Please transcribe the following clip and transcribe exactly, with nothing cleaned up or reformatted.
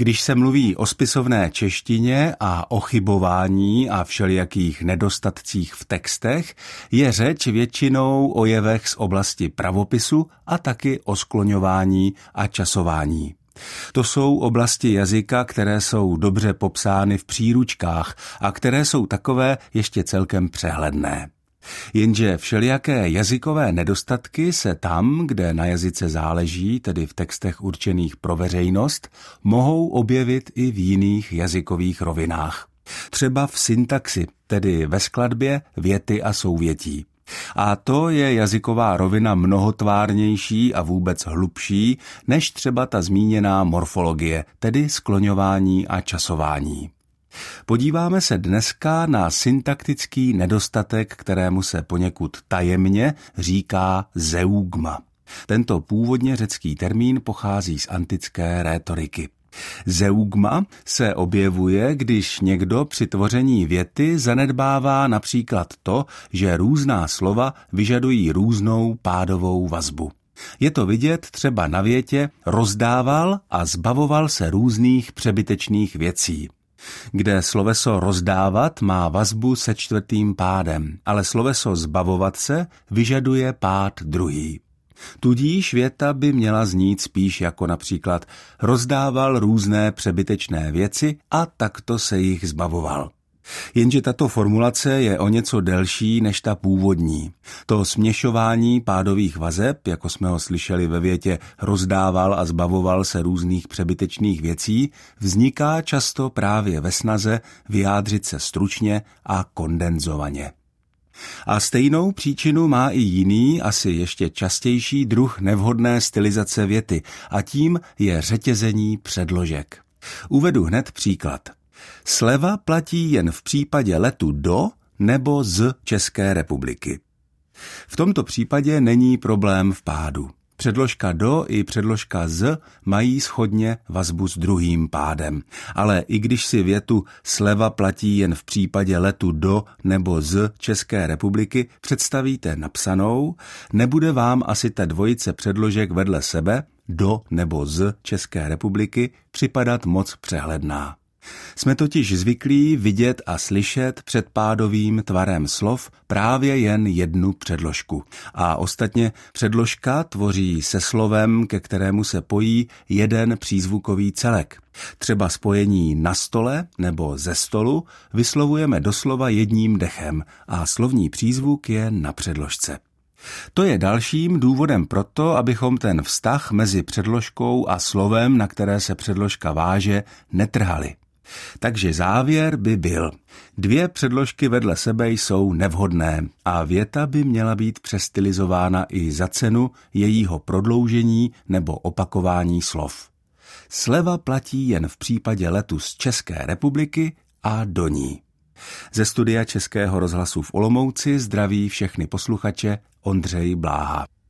Když se mluví o spisovné češtině a o chybování a všelijakých nedostatcích v textech, je řeč většinou o jevech z oblasti pravopisu a taky o skloňování a časování. To jsou oblasti jazyka, které jsou dobře popsány v příručkách a které jsou takové ještě celkem přehledné. Jenže všelijaké jazykové nedostatky se tam, kde na jazyce záleží, tedy v textech určených pro veřejnost, mohou objevit i v jiných jazykových rovinách. Třeba v syntaxi, tedy ve skladbě věty a souvětí. A to je jazyková rovina mnohotvárnější a vůbec hlubší, než třeba ta zmíněná morfologie, tedy skloňování a časování. Podíváme se dneska na syntaktický nedostatek, kterému se poněkud tajemně říká zeugma. Tento původně řecký termín pochází z antické rétoriky. Zeugma se objevuje, když někdo při tvoření věty zanedbává například to, že různá slova vyžadují různou pádovou vazbu. Je to vidět třeba na větě rozdával a zbavoval se různých přebytečných věcí, kde sloveso rozdávat má vazbu se čtvrtým pádem, ale sloveso zbavovat se vyžaduje pád druhý. Tudíž věta by měla znít spíš jako například rozdával různé přebytečné věci a takto se jich zbavoval. Jenže tato formulace je o něco delší než ta původní. To směšování pádových vazeb, jako jsme ho slyšeli ve větě rozdával a zbavoval se různých přebytečných věcí, vzniká často právě ve snaze vyjádřit se stručně a kondenzovaně. A stejnou příčinu má i jiný, asi ještě častější druh nevhodné stylizace věty a tím je řetězení předložek. Uvedu hned příklad. Sleva platí jen v případě letu do nebo z České republiky. V tomto případě není problém v pádu. Předložka do i předložka z mají shodně vazbu s druhým pádem. Ale i když si větu sleva platí jen v případě letu do nebo z České republiky představíte napsanou, nebude vám asi ta dvojice předložek vedle sebe, do nebo z České republiky, připadat moc přehledná. Jsme totiž zvyklí vidět a slyšet před pádovým tvarem slov právě jen jednu předložku. A ostatně předložka tvoří se slovem, ke kterému se pojí jeden přízvukový celek. Třeba spojení na stole nebo ze stolu vyslovujeme doslova jedním dechem a slovní přízvuk je na předložce. To je dalším důvodem proto, abychom ten vztah mezi předložkou a slovem, na které se předložka váže, netrhali. Takže závěr by byl, dvě předložky vedle sebe jsou nevhodné a věta by měla být přestylizována i za cenu jejího prodloužení nebo opakování slov. Sleva platí jen v případě letu z České republiky a do ní. Ze studia Českého rozhlasu v Olomouci zdraví všechny posluchače Ondřej Bláha.